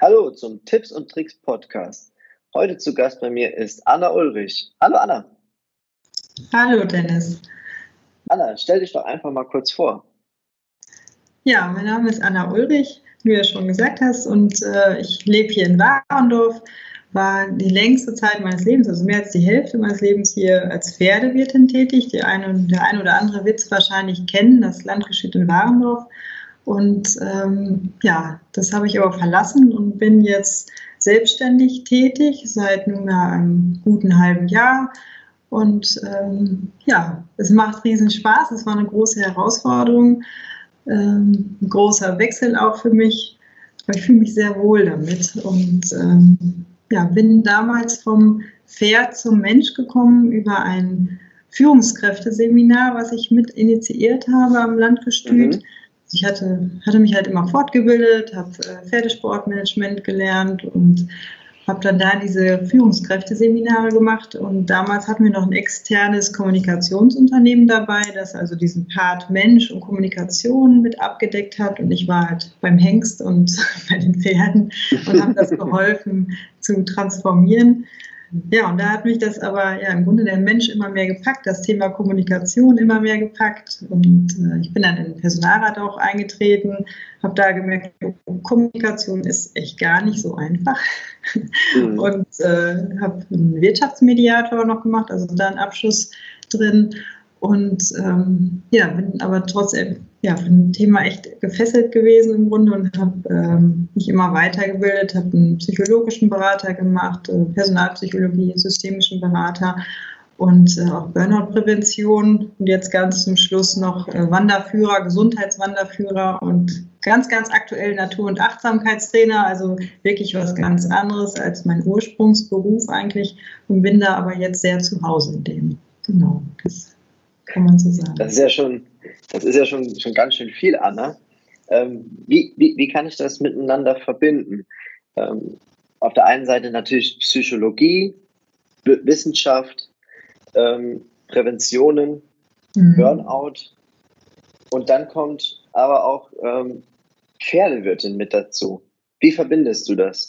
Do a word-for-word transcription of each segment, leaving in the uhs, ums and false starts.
Hallo zum Tipps und Tricks Podcast. Heute zu Gast bei mir ist Anna Ulrich. Hallo Anna. Hallo Dennis. Anna, stell dich doch einfach mal kurz vor. Ja, mein Name ist Anna Ulrich, wie du ja schon gesagt hast, und äh, ich lebe hier in Warendorf, war die längste Zeit meines Lebens, also mehr als die Hälfte meines Lebens hier als Pferdewirtin tätig. Die eine, der eine oder andere wird es wahrscheinlich kennen, das Landgestüt in Warendorf. Und ähm, ja, das habe ich aber verlassen und bin jetzt selbstständig tätig seit nunmehr einem guten halben Jahr. Und ähm, ja, es macht riesen Spaß. Es war eine große Herausforderung, ähm, ein großer Wechsel auch für mich. Aber ich fühle mich sehr wohl damit und ähm, ja, bin damals vom Pferd zum Mensch gekommen über ein Führungskräfteseminar, was ich mit initiiert habe am Landgestüt. Mhm. Ich hatte, hatte mich halt immer fortgebildet, habe äh, Pferdesportmanagement gelernt und habe dann da diese Führungskräfteseminare gemacht. Und damals hatten wir noch ein externes Kommunikationsunternehmen dabei, das also diesen Part Mensch und Kommunikation mit abgedeckt hat. Und ich war halt beim Hengst und bei den Pferden und habe das geholfen zu transformieren. Ja, und da hat mich das aber ja im Grunde der Mensch immer mehr gepackt, das Thema Kommunikation immer mehr gepackt. Und äh, ich bin dann in den Personalrat auch eingetreten, habe da gemerkt, Kommunikation ist echt gar nicht so einfach. Mhm. Und äh, habe einen Wirtschaftsmediator noch gemacht, also da einen Abschluss drin. Und ähm, ja, bin aber trotzdem ja, von dem Thema echt gefesselt gewesen im Grunde und habe ähm, mich immer weitergebildet, habe einen psychologischen Berater gemacht, äh, Personalpsychologie, systemischen Berater und äh, auch Burnout-Prävention und jetzt ganz zum Schluss noch äh, Wanderführer, Gesundheitswanderführer und ganz, ganz aktuell Natur- und Achtsamkeitstrainer, also wirklich was ganz anderes als mein Ursprungsberuf eigentlich und bin da aber jetzt sehr zu Hause in dem. Genau, das kann man so sagen. Das ist ja schon, das ist ja schon, schon ganz schön viel, Anna. Ähm, wie, wie, wie kann ich das miteinander verbinden? Ähm, auf der einen Seite natürlich Psychologie, B- Wissenschaft, ähm, Präventionen, mhm. Burnout und dann kommt aber auch ähm, Pferdewirtin mit dazu. Wie verbindest du das?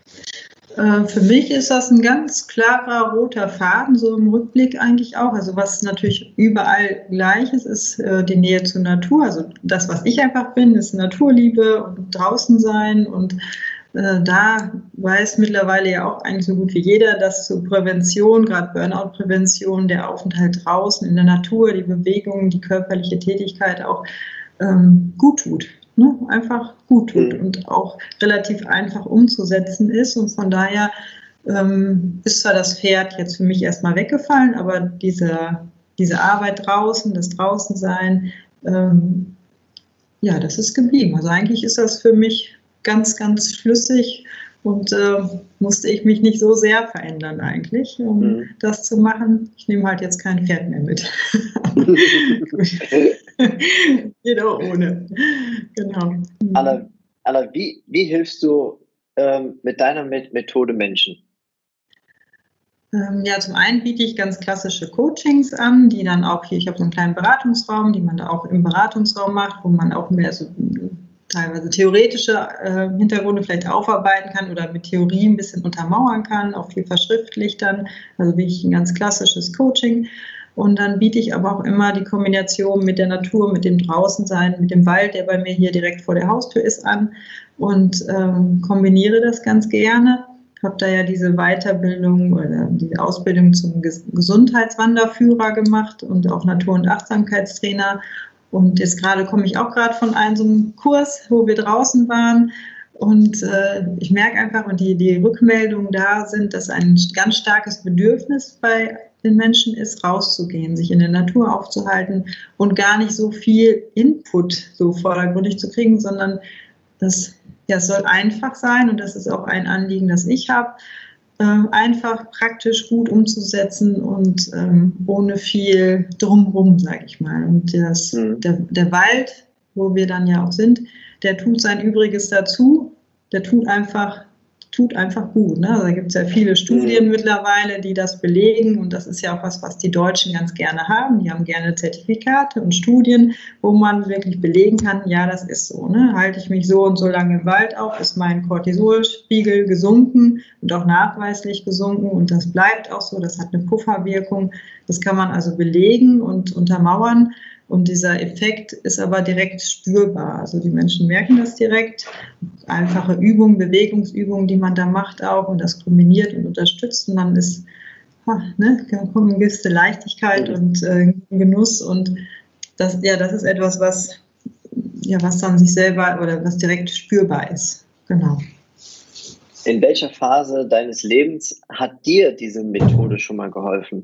Für mich ist das ein ganz klarer roter Faden, so im Rückblick eigentlich auch. Also was natürlich überall gleich ist, ist die Nähe zur Natur. Also das, was ich einfach bin, ist Naturliebe und draußen sein. Und äh, da weiß mittlerweile ja auch eigentlich so gut wie jeder, dass zur Prävention, gerade Burnout-Prävention, der Aufenthalt draußen in der Natur, die Bewegung, die körperliche Tätigkeit auch ähm, gut tut. Ne, einfach gut tut mhm. und auch relativ einfach umzusetzen ist. Und von daher ähm, ist zwar das Pferd jetzt für mich erstmal weggefallen, aber diese, diese Arbeit draußen, das Draußensein, ähm, ja, das ist geblieben. Also eigentlich ist das für mich ganz, ganz flüssig und äh, musste ich mich nicht so sehr verändern eigentlich, um mhm. das zu machen. Ich nehme halt jetzt kein Pferd mehr mit. Geht auch ohne. Genau. Anna, Anna wie, wie hilfst du ähm, mit deiner Methode Menschen? Ähm, ja, zum einen biete ich ganz klassische Coachings an, die dann auch hier, ich habe so einen kleinen Beratungsraum, die man da auch im Beratungsraum macht, wo man auch mehr so teilweise theoretische äh, Hintergründe vielleicht aufarbeiten kann oder mit Theorie ein bisschen untermauern kann, auch viel verschriftlicht dann, also wirklich ein ganz klassisches Coaching. Und dann biete ich aber auch immer die Kombination mit der Natur, mit dem Draußensein, mit dem Wald, der bei mir hier direkt vor der Haustür ist, an und ähm, kombiniere das ganz gerne. Ich habe da ja diese Weiterbildung oder diese Ausbildung zum Gesundheitswanderführer gemacht und auch Natur- und Achtsamkeitstrainer. Und jetzt gerade komme ich auch gerade von einem so einem Kurs, wo wir draußen waren. Und äh, ich merke einfach, und die, die Rückmeldungen da sind, dass ein ganz starkes Bedürfnis bei den Menschen ist, rauszugehen, sich in der Natur aufzuhalten und gar nicht so viel Input so vordergründig zu kriegen, sondern das, ja, es soll einfach sein und das ist auch ein Anliegen, das ich habe, äh, einfach praktisch gut umzusetzen und ähm, ohne viel Drumherum, sage ich mal. Und das, mhm. der, der Wald, wo wir dann ja auch sind, der tut sein Übriges dazu, der tut einfach tut einfach gut. Ne? Also da gibt es ja viele Studien Mhm. mittlerweile, die das belegen und das ist ja auch was, was die Deutschen ganz gerne haben. Die haben gerne Zertifikate und Studien, wo man wirklich belegen kann, ja, das ist so. Ne? Halte ich mich so und so lange im Wald auf, ist mein Cortisolspiegel gesunken und auch nachweislich gesunken und das bleibt auch so, das hat eine Pufferwirkung. Das kann man also belegen und untermauern. Und dieser Effekt ist aber direkt spürbar. Also die Menschen merken das direkt. Einfache Übungen, Bewegungsübungen, die man da macht auch und das kombiniert und unterstützt. Und dann ist, ha, ne, kommt eine gewisse Leichtigkeit Mhm. und äh, Genuss. Und das, ja, das ist etwas, was, ja, was dann sich selber oder was direkt spürbar ist. Genau. In welcher Phase deines Lebens hat dir diese Methode schon mal geholfen?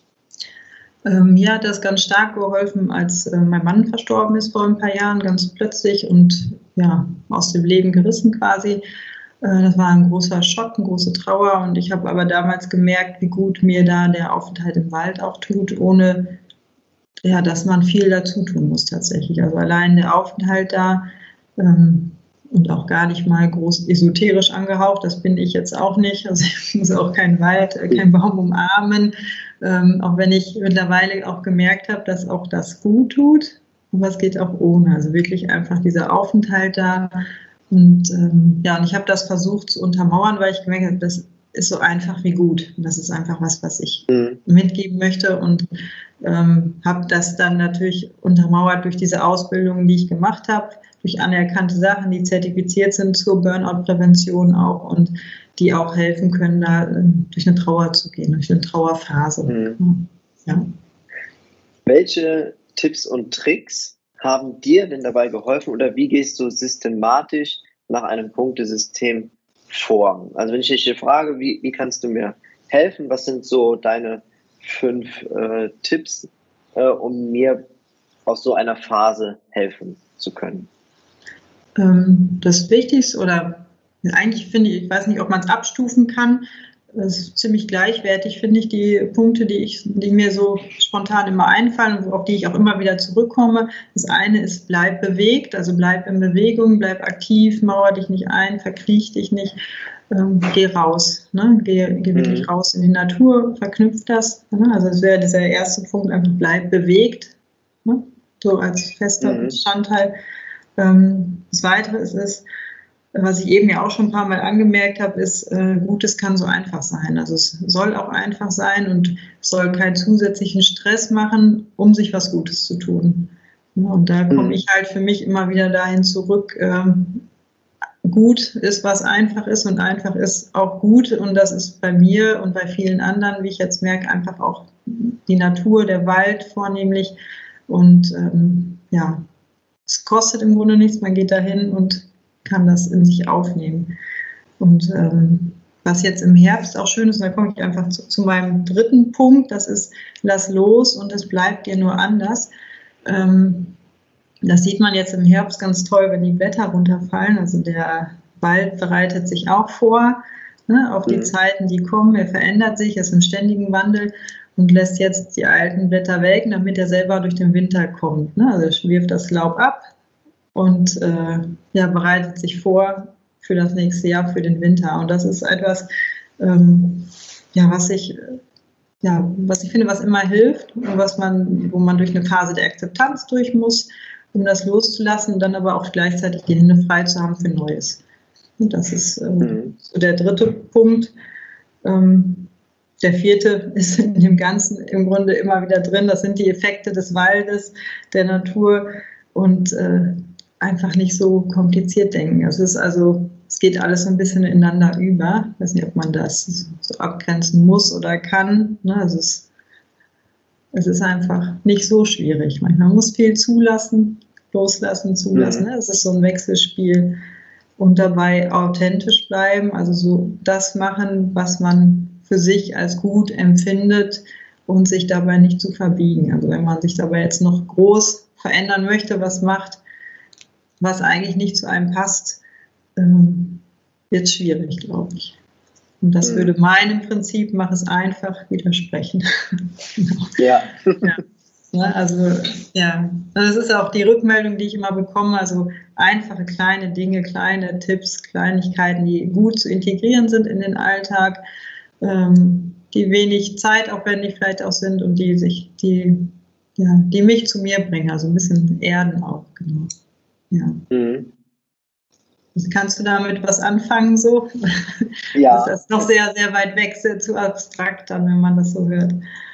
Ähm, mir hat das ganz stark geholfen, als äh, mein Mann verstorben ist vor ein paar Jahren, ganz plötzlich und ja, aus dem Leben gerissen quasi. Äh, das war ein großer Schock, eine große Trauer und ich habe aber damals gemerkt, wie gut mir da der Aufenthalt im Wald auch tut, ohne ja, dass man viel dazu tun muss tatsächlich. Also allein der Aufenthalt da ähm, und auch gar nicht mal groß esoterisch angehaucht, das bin ich jetzt auch nicht. Also ich muss auch keinen Wald, äh, keinen Baum umarmen. Ähm, auch wenn ich mittlerweile auch gemerkt habe, dass auch das gut tut, aber es geht auch ohne. Also wirklich einfach dieser Aufenthalt da. Und ähm, ja, und ich habe das versucht zu untermauern, weil ich gemerkt habe, das ist so einfach wie gut. Und das ist einfach was, was ich Mhm. mitgeben möchte und ähm, habe das dann natürlich untermauert durch diese Ausbildungen, die ich gemacht habe, durch anerkannte Sachen, die zertifiziert sind zur Burnout-Prävention auch und die auch helfen können, da äh, durch eine Trauer zu gehen, durch eine Trauerphase. Mhm. Ja. Welche Tipps und Tricks haben dir denn dabei geholfen oder wie gehst du systematisch nach einem Punktesystem vor? Also wenn ich dich hier frage, wie, wie kannst du mir helfen? Was sind so deine fünf äh, Tipps, äh, um mir aus so einer Phase helfen zu können? Ähm, das Wichtigste oder eigentlich finde ich, ich weiß nicht, ob man es abstufen kann, das ist ziemlich gleichwertig, finde ich, die Punkte, die, ich, die mir so spontan immer einfallen und auf die ich auch immer wieder zurückkomme. Das eine ist, bleib bewegt, also bleib in Bewegung, bleib aktiv, mauer dich nicht ein, verkriech dich nicht, ähm, geh raus, ne? geh, geh wirklich Mhm. raus in die Natur, verknüpf das. Ne? Also das wäre dieser erste Punkt, einfach bleib bewegt, ne? So als fester Mhm. Bestandteil. Ähm, das Weitere ist es, was ich eben ja auch schon ein paar Mal angemerkt habe, ist, äh, Gutes kann so einfach sein. Also es soll auch einfach sein und es soll keinen zusätzlichen Stress machen, um sich was Gutes zu tun. Ja, und da komme Mhm. ich halt für mich immer wieder dahin zurück, ähm, gut ist, was einfach ist und einfach ist auch gut und das ist bei mir und bei vielen anderen, wie ich jetzt merke, einfach auch die Natur, der Wald vornehmlich und ähm, ja, es kostet im Grunde nichts, man geht dahin und kann das in sich aufnehmen. Und ähm, was jetzt im Herbst auch schön ist, da komme ich einfach zu, zu meinem dritten Punkt, das ist, lass los und es bleibt dir nur anders. Ähm, das sieht man jetzt im Herbst ganz toll, wenn die Blätter runterfallen. Also der Wald bereitet sich auch vor, ne, auf die Mhm. Zeiten, die kommen. Er verändert sich, ist im ständigen Wandel und lässt jetzt die alten Blätter welken, damit er selber durch den Winter kommt. Ne? Also er wirft das Laub ab und äh, ja, bereitet sich vor für das nächste Jahr, für den Winter. Und das ist etwas, ähm, ja, was ich, ja, was ich finde, was immer hilft und was man, wo man durch eine Phase der Akzeptanz durch muss, um das loszulassen und dann aber auch gleichzeitig die Hände frei zu haben für Neues. Und das ist äh, Mhm. so der dritte Punkt. Ähm, der vierte ist in dem Ganzen im Grunde immer wieder drin. Das sind die Effekte des Waldes, der Natur und äh, einfach nicht so kompliziert denken. Es ist also, es geht alles so ein bisschen ineinander über. Ich weiß nicht, ob man das so abgrenzen muss oder kann. Ne? Also es, es ist einfach nicht so schwierig. Manchmal muss viel zulassen, loslassen, zulassen. Mhm. Ne? Es ist so ein Wechselspiel und dabei authentisch bleiben, also so das machen, was man für sich als gut empfindet und sich dabei nicht zu verbiegen. Also wenn man sich dabei jetzt noch groß verändern möchte, was macht, was eigentlich nicht zu einem passt, ähm, wird schwierig, glaube ich. Und das würde meinem Prinzip, mach es einfach, widersprechen. Ja. Ja. Ne? Also ja, das ist auch die Rückmeldung, die ich immer bekomme, also einfache kleine Dinge, kleine Tipps, Kleinigkeiten, die gut zu integrieren sind in den Alltag, ähm, die wenig zeitaufwendig vielleicht auch sind und die sich, die, ja, die mich zu mir bringen, also ein bisschen erden auch, genau. Ja. Mhm. Kannst du damit was anfangen so? Ja. Ist das noch sehr, sehr weit weg, sehr zu abstrakt dann, wenn man das so hört?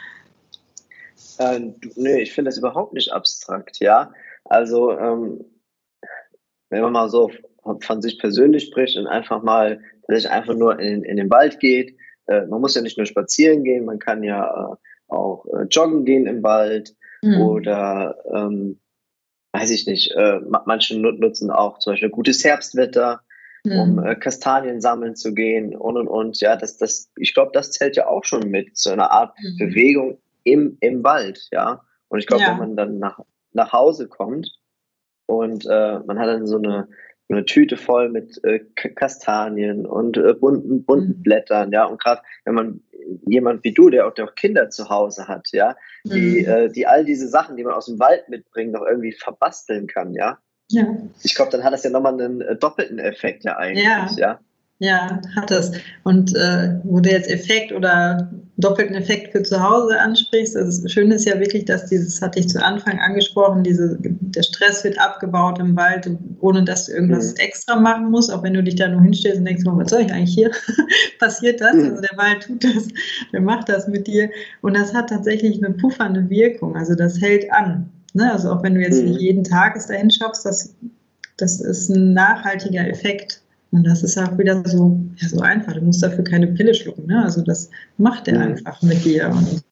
Äh, nee, ich finde das überhaupt nicht abstrakt, ja. Also, ähm, wenn man mal so von sich persönlich spricht und einfach mal, dass ich einfach nur in, in den Wald geht, äh, man muss ja nicht nur spazieren gehen, man kann ja äh, auch äh, joggen gehen im Wald mhm. oder, ähm, weiß ich nicht, äh, manche nutzen auch zum Beispiel gutes Herbstwetter, mhm. um äh, Kastanien sammeln zu gehen und und und. Ja, das, das, ich glaube, das zählt ja auch schon mit, so einer Art mhm. Bewegung im, im Wald, ja. Und ich glaube, ja. wenn man dann nach, nach Hause kommt und äh, man hat dann so eine, eine Tüte voll mit äh, Kastanien und äh, bunten, bunten mhm. Blättern, ja. Und gerade wenn man jemand wie du, der auch, der auch Kinder zu Hause hat, ja, die, mhm. äh, die all diese Sachen, die man aus dem Wald mitbringt, noch irgendwie verbasteln kann, ja. Ja. Ich glaube, dann hat das ja nochmal einen äh, doppelten Effekt ja eigentlich, ja. ja. Ja, hat es. Und äh, wo du jetzt Effekt oder doppelten Effekt für zu Hause ansprichst, also das Schöne ist ja wirklich, dass dieses, hatte ich zu Anfang angesprochen, diese, der Stress wird abgebaut im Wald, ohne dass du irgendwas mhm. extra machen musst, auch wenn du dich da nur hinstellst und denkst, was soll ich eigentlich hier? Passiert das? Mhm. Also der Wald tut das, der macht das mit dir. Und das hat tatsächlich eine puffernde Wirkung, also das hält an. Ne? Also auch wenn du jetzt mhm. nicht jeden Tag es dahin schaffst, das, das ist ein nachhaltiger Effekt. Und das ist auch wieder so, ja, so einfach. Du musst dafür keine Pille schlucken. Ne? Also das macht er mhm. einfach mit dir. Und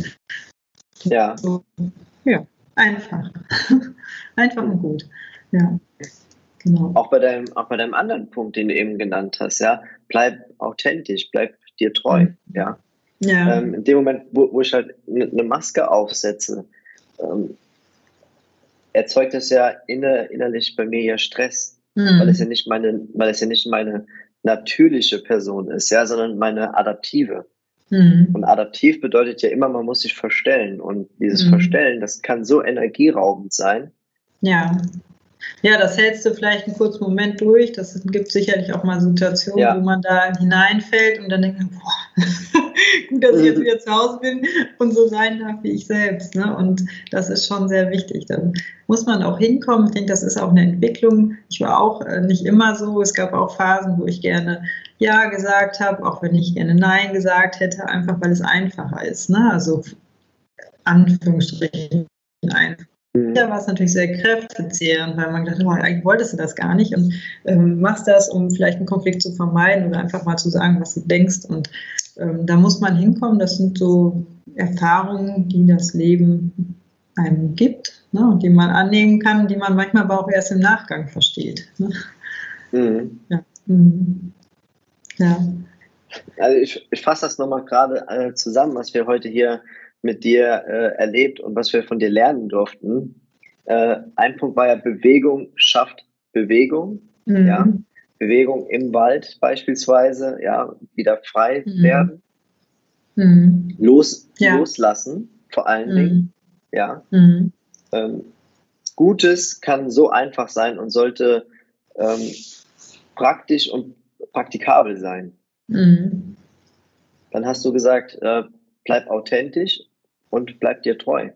ja. So, ja, einfach. Einfach und gut. Ja, genau. Auch bei deinem, auch bei deinem anderen Punkt, den du eben genannt hast, ja, bleib authentisch, bleib dir treu. Mhm. Ja. Ja. Ähm, in dem Moment, wo, wo ich halt eine Maske aufsetze, ähm, erzeugt das ja inner, innerlich bei mir ja Stress. Mhm. Weil es ja nicht meine, weil es ja nicht meine natürliche Person ist, ja, sondern meine adaptive. Mhm. Und adaptiv bedeutet ja immer, man muss sich verstellen. Und dieses mhm. Verstellen, das kann so energieraubend sein. Ja. Ja, das hältst du vielleicht einen kurzen Moment durch. Das gibt sicherlich auch mal Situationen, ja. wo man da hineinfällt und dann denkt man, boah, gut, dass ich jetzt wieder zu Hause bin und so sein darf wie ich selbst. Ne? Und das ist schon sehr wichtig. Da muss man auch hinkommen. Ich denke, das ist auch eine Entwicklung. Ich war auch nicht immer so. Es gab auch Phasen, wo ich gerne Ja gesagt habe, auch wenn ich gerne Nein gesagt hätte, einfach weil es einfacher ist. Ne? Also Anführungsstrichen einfach. Ja, war es natürlich sehr kräftezehrend, weil man gedacht hat, oh, eigentlich wolltest du das gar nicht und ähm, machst das, um vielleicht einen Konflikt zu vermeiden oder einfach mal zu sagen, was du denkst. Und ähm, da muss man hinkommen. Das sind so Erfahrungen, die das Leben einem gibt, ne, und die man annehmen kann, die man manchmal aber auch erst im Nachgang versteht. Ne? Mhm. Ja. Mhm. Ja. Also ich, ich fasse das nochmal gerade äh, zusammen, was wir heute hier mit dir äh, erlebt und was wir von dir lernen durften. Äh, ein Punkt war ja, Bewegung schafft Bewegung. Mhm. Ja? Bewegung im Wald beispielsweise, ja, wieder frei mhm. werden. Mhm. Los, ja. Loslassen, vor allen mhm. Dingen. Ja. Mhm. Ähm, Gutes kann so einfach sein und sollte ähm, praktisch und praktikabel sein. Mhm. Dann hast du gesagt, äh, bleib authentisch und bleib dir treu.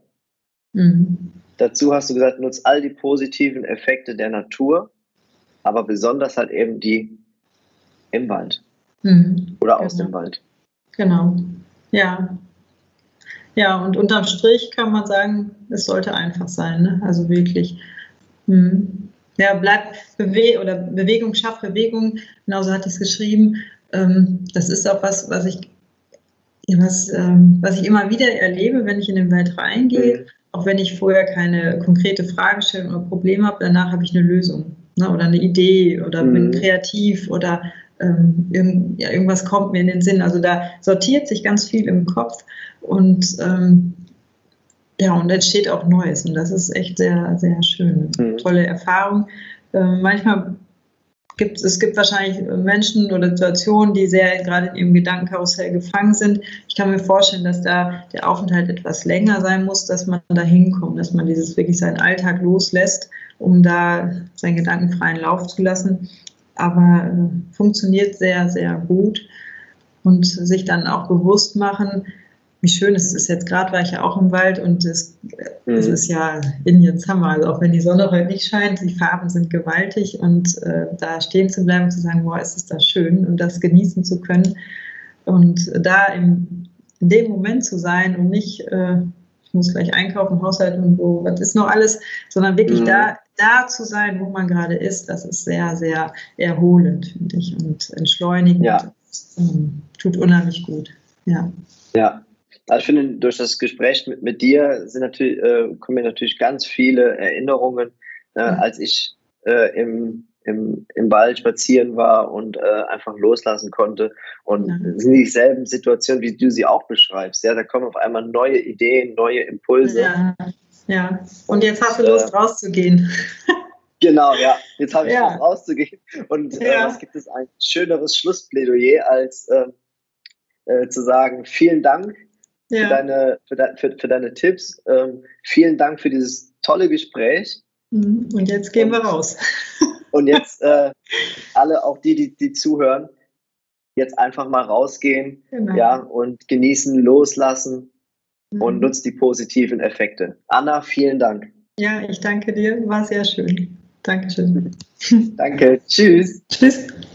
Mhm. Dazu hast du gesagt, nutz all die positiven Effekte der Natur, aber besonders halt eben die im Wald. Mhm. Oder genau. aus dem Wald. Genau. Ja. Ja, und unterm Strich kann man sagen, es sollte einfach sein, ne? Also wirklich. Mhm. Ja, bleib Bewe oder Bewegung schafft Bewegung, genauso hat es geschrieben. Ähm, das ist auch was, was ich Was, ähm, was ich immer wieder erlebe, wenn ich in den Wald reingehe, mhm. auch wenn ich vorher keine konkrete Fragestellung oder Problem habe, danach habe ich eine Lösung, ne, oder eine Idee oder mhm. bin kreativ oder ähm, irgend, ja, irgendwas kommt mir in den Sinn. Also da sortiert sich ganz viel im Kopf und ähm, ja, und entsteht auch Neues und das ist echt sehr, sehr schön. Mhm. Tolle Erfahrung. Ähm, manchmal gibt, es gibt wahrscheinlich Menschen oder Situationen, die sehr gerade in ihrem Gedankenkarussell gefangen sind. Ich kann mir vorstellen, dass da der Aufenthalt etwas länger sein muss, dass man da hinkommt, dass man dieses wirklich seinen Alltag loslässt, um da seinen Gedanken freien Lauf zu lassen. Aber äh, funktioniert sehr, sehr gut. Und sich dann auch bewusst machen, wie schön es ist. Jetzt gerade war ich ja auch im Wald und es, mhm. es ist ja Indian Summer, also auch wenn die Sonne heute nicht scheint, die Farben sind gewaltig und äh, da stehen zu bleiben und zu sagen, boah, ist es da schön und das genießen zu können und da im, in dem Moment zu sein und nicht, äh, ich muss gleich einkaufen, Haushalt und wo, was ist noch alles, sondern wirklich mhm. da, da zu sein, wo man gerade ist, das ist sehr, sehr erholend, finde ich, und entschleunigend. Ja. Ähm, tut unheimlich gut. Ja. Ja. Also ich finde, durch das Gespräch mit, mit dir sind natürlich, äh, kommen mir natürlich ganz viele Erinnerungen, äh, ja. als ich äh, im, im, im Wald spazieren war und äh, einfach loslassen konnte. Und ja. sind dieselben Situationen, wie du sie auch beschreibst. Ja, da kommen auf einmal neue Ideen, neue Impulse. Ja, ja. Und jetzt hast du Lust, äh, rauszugehen. Genau, ja. Jetzt habe ich ja. Lust, rauszugehen. Und äh, ja. was gibt es ein schöneres Schlussplädoyer, als äh, äh, zu sagen, vielen Dank ja. für, deine, für, de, für, für deine Tipps. Ähm, vielen Dank für dieses tolle Gespräch. Und jetzt gehen und, wir raus. Und jetzt äh, alle, auch die, die, die zuhören, jetzt einfach mal rausgehen, genau. ja, und genießen, loslassen mhm. und nutzt die positiven Effekte. Anna, vielen Dank. Ja, ich danke dir. War sehr schön. Dankeschön. Danke. Tschüss. Tschüss.